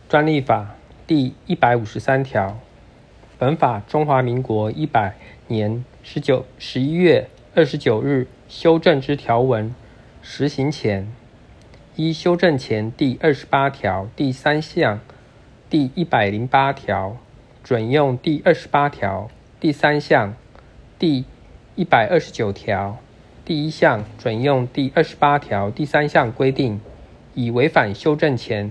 专利法第153条，本法中华民国100年11月29日修正之条文施行前，依修正前第28条第3项、第108条准用第28条第3项、第129条第1项准用第28条第3项规定，已违反修正前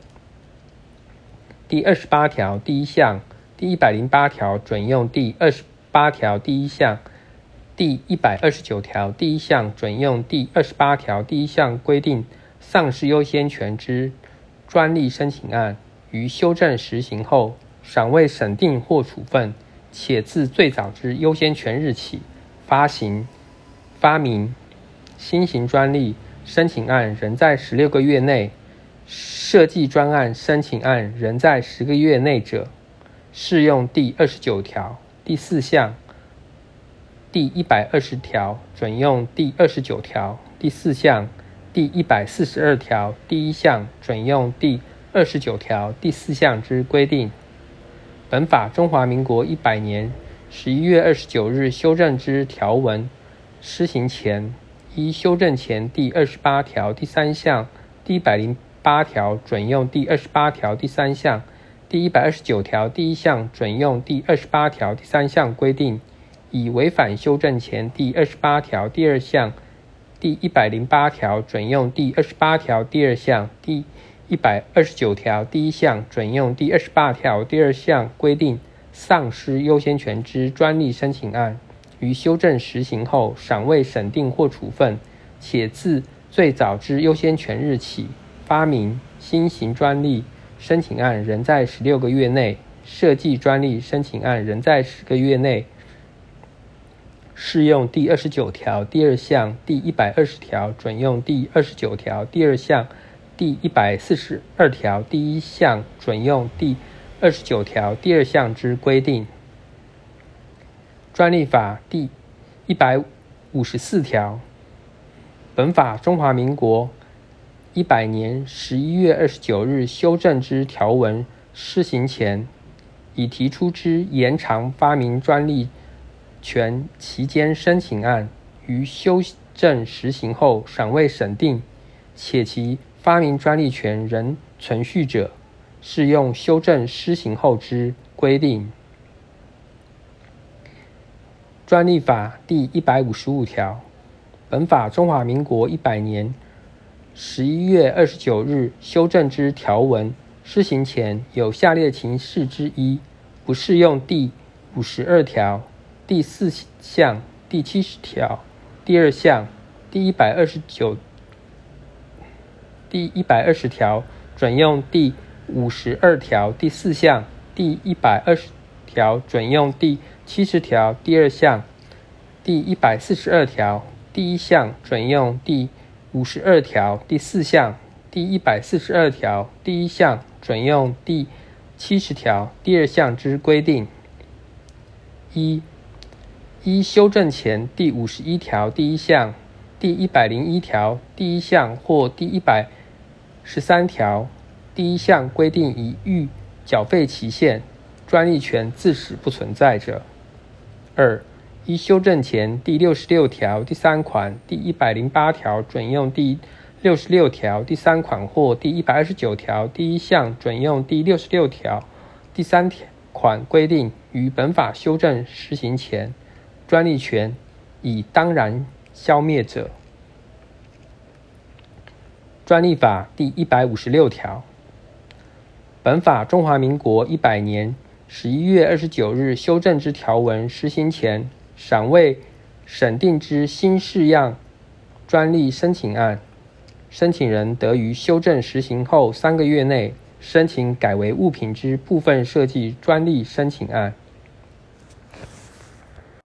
第28条第1项、第108条准用第28条第1项、第129条第1项准用第28条第1项规定丧失优先权之专利申请案，于修正实行后尚未审定或处分，且自最早之优先权日起发明新型专利申请案仍在16个月内，设计专案申请案仍在10个月内者，适用第29条第4项、第120条准用第29条第4项、第142条第1项准用第29条第4项之规定。本法中华民国100年11月29日修正之条文施行前，依修正前第28条第3项、第108条准用第28条第3项、第129条第1项准用第28条第3项规定，已违反修正前第28条第2项、第108条准用第28条第2项、第129条第1项准用第28条第2项规定丧失优先权之专利申请案，于修正实行后尚未审定或处分，且自最早之优先权日起发明新型专利申请案仍在16个月内，设计专利申请案仍在10个月内，适用第29条第2项、第120条准用第29条第2项、第142条第1项准用第29条第2项之规定。专利法第154条，本法中华民国100年11月29日修正之条文施行前，已提出之延长发明专利权期间申请案，于修正实行后尚未审定，且其发明专利权仍存续者，适用修正施行后之规定。专利法第155条，本法中华民国100年11月29日修正之条文施行前，有下列情事之一，不适用第52条、第4项、第70条、第2项、第120条准用第52条第4项、第120条准用第70条第2项、第142条第1项准用第52条第4项、第142条第1项准用第70条第2项之规定。依修正前第51条第1项、第101条第1项或第113条第1项规定已逾缴费期限，专利权自始不存在者。2. 依修正前第66条第3款、第108条准用第66条第3款或第129条第1项准用第66条第3款规定，于本法修正施行前，专利权已当然消灭者。专利法第156条，本法中华民国100年11月29日修正之条文施行前，尚未审定之新式样专利申请案，申请人得于修正实行后3个月内申请改为物品之部分设计专利申请案。